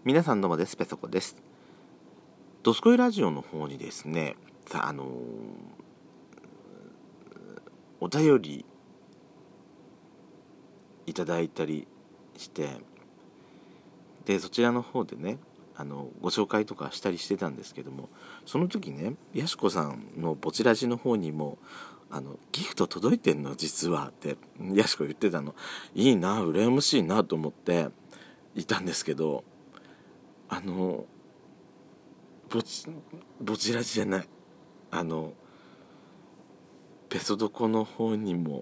皆さんどうもです。ペソコです。ドスコイラジオの方にですね、お便りいただいたりして、でそちらの方でね、ご紹介とかしたりしてたんですけども、その時ね、やしこさんのボチラジの方にもギフト届いてんの実はってやしこ言ってたの。いいな、羨ましいなと思っていたんですけど、ボチラジじゃない、ペソドコの方にも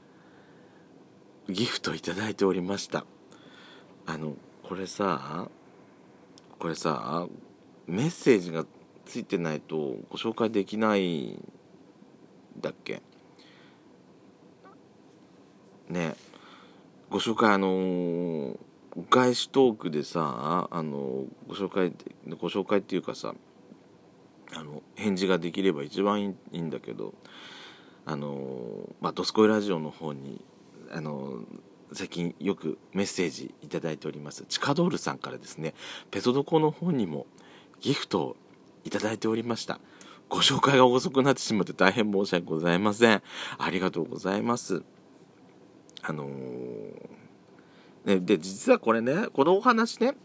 ギフトいただいておりました。これさメッセージがついてないとご紹介できないんだっけね。ご紹介お返しトークでさ、ご紹介っていうかさ、返事ができれば一番いいんだけど、ドスコイラジオの方に最近よくメッセージいただいておりますチカドールさんからですね、ペソドコの方にもギフトをいただいておりました。ご紹介が遅くなってしまって大変申し訳ございません。ありがとうございます。で実はこれね、このお話ね、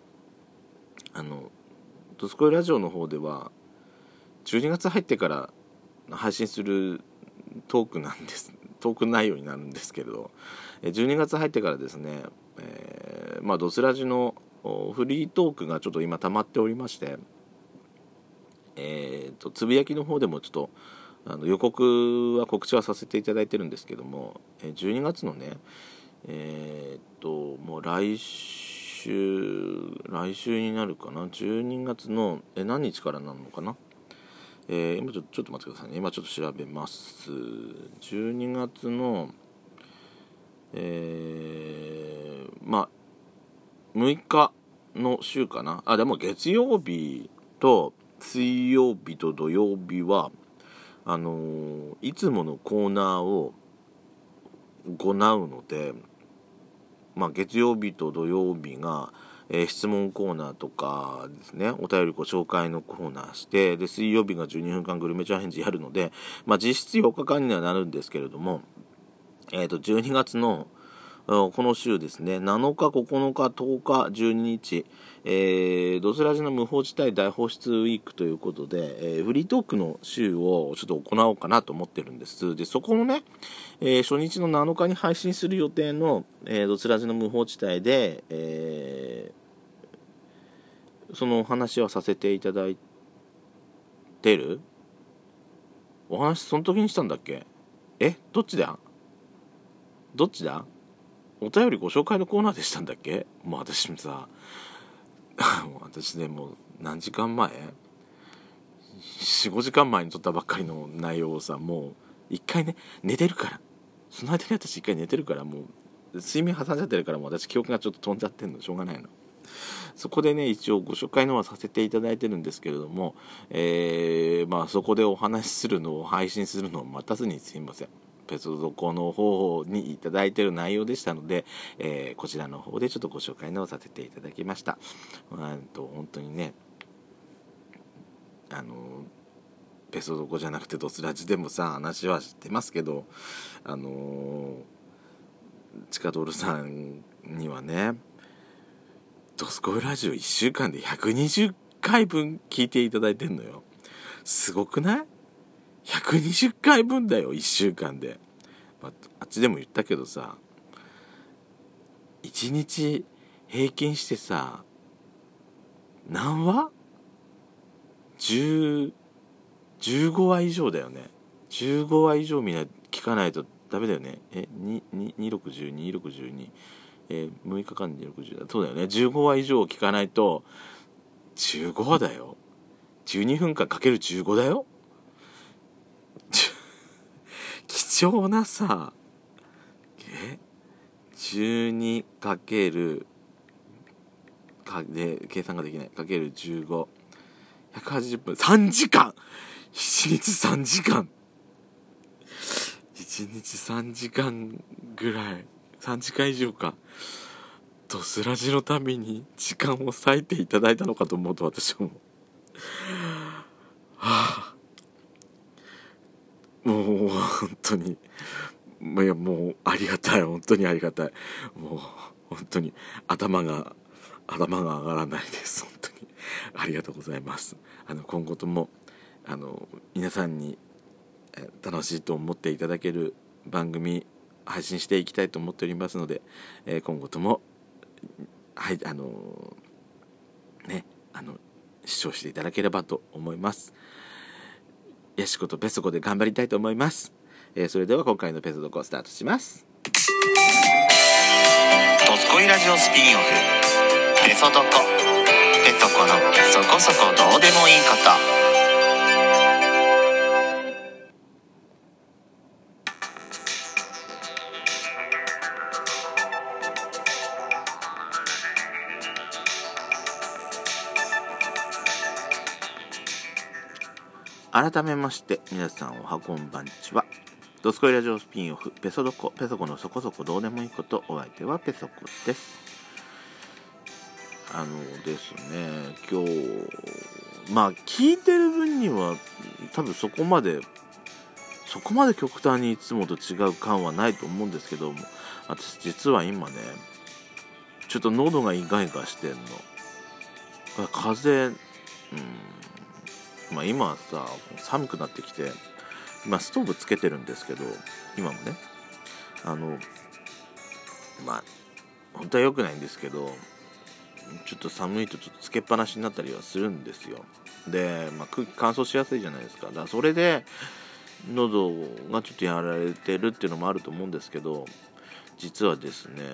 ドスコイラジオの方では12月入ってから配信するトーク内容になるんですけれど、12月入ってからですね、ドスラジのフリートークがちょっと今溜まっておりまして、つぶやきの方でもちょっと予告知はさせていただいてるんですけども、12月のね、もう来週になるかな、12月の何日からなるのかな。今ちょっと待ってくださいね。今ちょっと調べます。12月の6日の週かな。でも月曜日と水曜日と土曜日はいつものコーナーを行うので、月曜日と土曜日が質問コーナーとかですね、お便りご紹介のコーナーして、で水曜日が12分間グルメチャレンジやるので、実質4日間にはなるんですけれども、12月のこの週ですね、7日、9日、10日、12日、ドスラジの無法地帯大放出ウィークということで、フリートークの週をちょっと行おうかなと思ってるんです。で、そこのね、初日の7日に配信する予定の、ドスラジの無法地帯で、そのお話はさせていただいてる？お話その時にしたんだっけ？どっちだ？お便りご紹介のコーナーでしたんだっけ？もう私もさ私ね、もう何時間前 4,5 時間前に撮ったばっかりの内容をさ、もう一回ね寝てるから、その間に私一回寝てるから、もう睡眠挟んじゃってるから、もう私記憶がちょっと飛んじゃってんの、しょうがないの。そこでね、一応ご紹介のはさせていただいてるんですけれども、そこでお話しするのを配信するのを待たずにすいません。ペソドコの方にいただいている内容でしたので、こちらの方でちょっとご紹介のをさせていただきました。本当にね、ペソドコじゃなくてドスラジでもさ話はしてますけど、チカドールさんにはね、ドスコイラジオ1週間で120回分聞いていただいてんのよ。すごくない？ 120 回分だよ、1週間で。あっちでも言ったけどさ、1日平均してさ、何話 15話以上だよね。15話以上みんな聞かないとダメだよね。2612、6日間で60だ。そうだよね。15話以上聞かないと、15話だよ。12分間かける15だよ。貴重なさ、12かけるで計算ができないかける15、180分、3時間、1日3時間、1日3時間ぐらい、3時間以上か。 ドスラジのために時間を割いていただいたのかと思うと、私ももう本当に、いやもうありがたい、本当にありがたい。もう本当に頭が上がらないです。本当にありがとうございます。今後とも皆さんに楽しいと思っていただける番組配信していきたいと思っておりますので、今後ともはい視聴していただければと思います。ヤシコとペソコで頑張りたいと思います。それでは今回のペソドコスタートします。 ドスコイラジオスピンオフ、ペソドコ、ペソコのそこそこどうでもいいこと。 改めまして皆さんおはこんばんちは。ドスコイラジオスピンオフ、ペソドコ、ペソコのそこそこどうでもいいこと。お相手はペソコです。ですね、今日聞いてる分には多分そこまで極端にいつもと違う感はないと思うんですけども、私実は今ねちょっと喉がイガイガしてんの。風邪、今はさ寒くなってきて今ストーブつけてるんですけど、今もね本当は良くないんですけど、ちょっと寒いとちょっとつけっぱなしになったりはするんですよ。で、空気乾燥しやすいじゃないですか。だからそれで喉がちょっとやられてるっていうのもあると思うんですけど、実はですね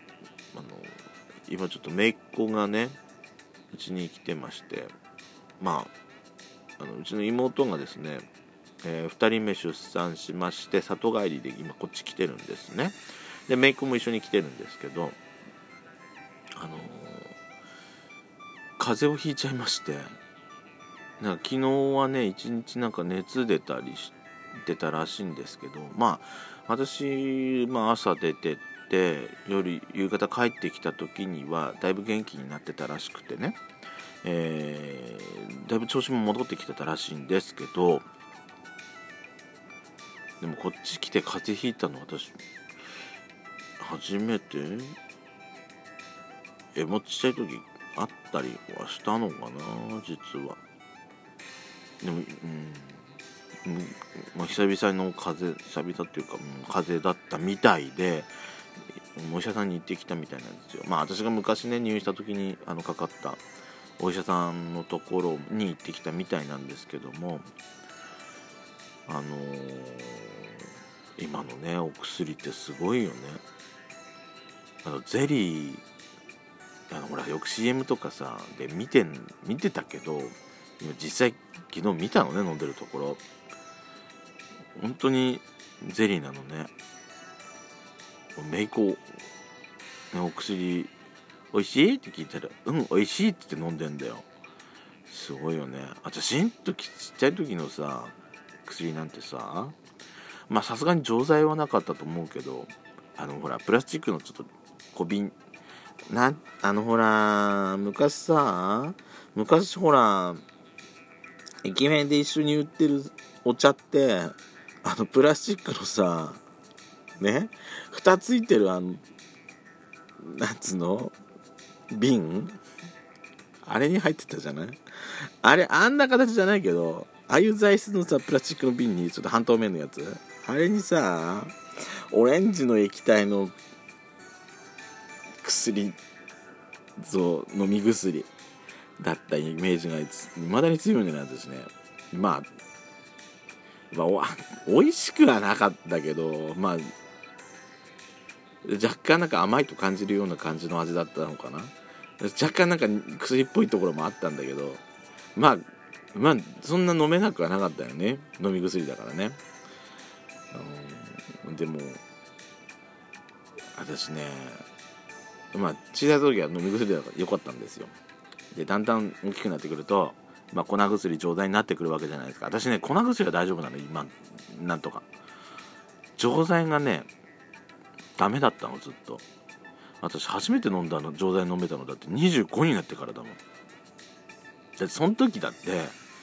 今ちょっと姪っ子がねうちに来てまして、うちの妹がですね、2人目出産しまして里帰りで今こっち来てるんですね。で姪っ子も一緒に来てるんですけど、風邪をひいちゃいまして、昨日はね一日熱出たりしてたらしいんですけど、私、朝出てって夕方帰ってきた時にはだいぶ元気になってたらしくてね、だいぶ調子も戻ってきてたらしいんですけど、でもこっち来て風邪ひいたの私初めて。もうちっちゃい時あったりはしたのかな実は。でも久々の風邪っていうか風邪だったみたいで、お医者さんに行ってきたみたいなんですよ。私が昔ね入院した時にかかったお医者さんのところに行ってきたみたいなんですけども、今のねお薬ってすごいよね。ゼリーほらよく CM とかさで見てたけど、今実際昨日見たのね、飲んでるところ本当にゼリーなのね。姪っ子お薬おいしいって聞いたらおいしいって言って飲んでんだよ。すごいよね。私んときちっちゃい時のさ薬なんてさ、さすがに錠剤はなかったと思うけど、ほらプラスチックのちょっと小瓶ほら昔ほら駅弁で一緒に売ってるお茶ってプラスチックのさね蓋ついてるなんつの瓶あれに入ってたじゃない。あんな形じゃないけど、ああいう材質のさプラスチックの瓶にちょっと半透明のやつ、あれにさオレンジの液体の薬飲み薬だったイメージが未だに強いんじゃない私ね。美味しくはなかったけど若干甘いと感じるような感じの味だったのかな。若干薬っぽいところもあったんだけど、そんな飲めなくはなかったよね、飲み薬だからね。でも私ね小さい時は飲み薬だから良かったんですよ。でだんだん大きくなってくると粉薬錠剤になってくるわけじゃないですか。私ね粉薬は大丈夫なの今なんとか。錠剤がねダメだったのずっと。 私初めて飲んだの錠剤飲めたのだって25になってからだもん。でその時だって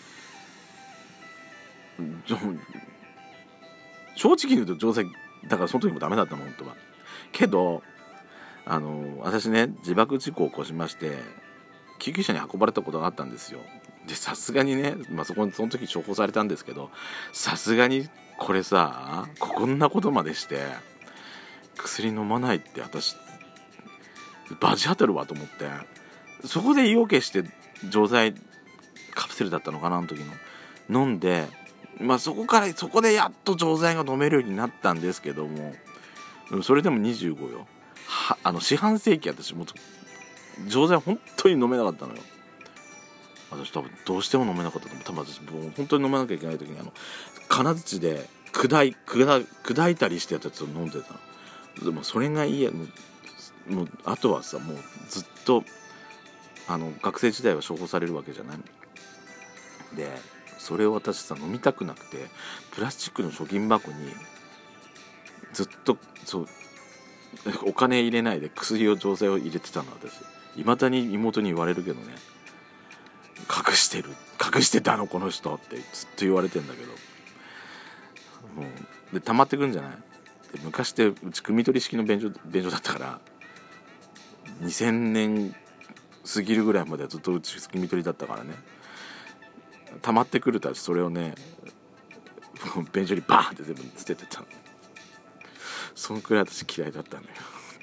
正直に言うと錠剤だからその時もダメだったもん本当は。けど私ね自爆事故を起こしまして救急車に運ばれたことがあったんですよ。でさすがにね、その時処方されたんですけど、さすがにこれさこんなことまでして薬飲まないって私バチ当たるわと思って、そこで意を決して錠剤カプセルだったのかなあの時の飲んで、そこでやっと錠剤が飲めるようになったんですけども、それでも25よ。四半世紀私も錠剤本当に飲めなかったのよ。私多分どうしても飲めなかったと思う。多分私もう本当に飲まなきゃいけない時に金槌で砕いたりしてやったやつを飲んでたの。でもそれがいいや。もうあとはさもうずっと学生時代は処方されるわけじゃないで、それを私さ飲みたくなくてプラスチックの貯金箱にずっとお金入れないで錠剤を入れてたの私。未だに妹に言われるけどね、隠してたのこの人ってずっと言われてんだけど、もうで溜まってくんじゃない。で昔ってうち汲み取り式の便所だったから2000年過ぎるぐらいまではずっとうち汲み取りだったからね、溜まってくるとそれをね便所にバーンって全部捨ててたの。そのくらい私嫌いだったのよ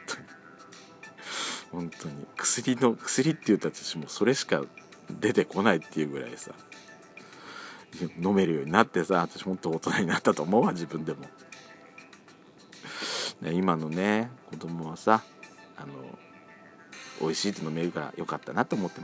本当に。薬って言ったら私もうそれしか出てこないっていうぐらいさ飲めるようになってさ、私本当大人になったと思うわ自分でも。今のね子供はさ美味しいって飲めるからよかったなと思って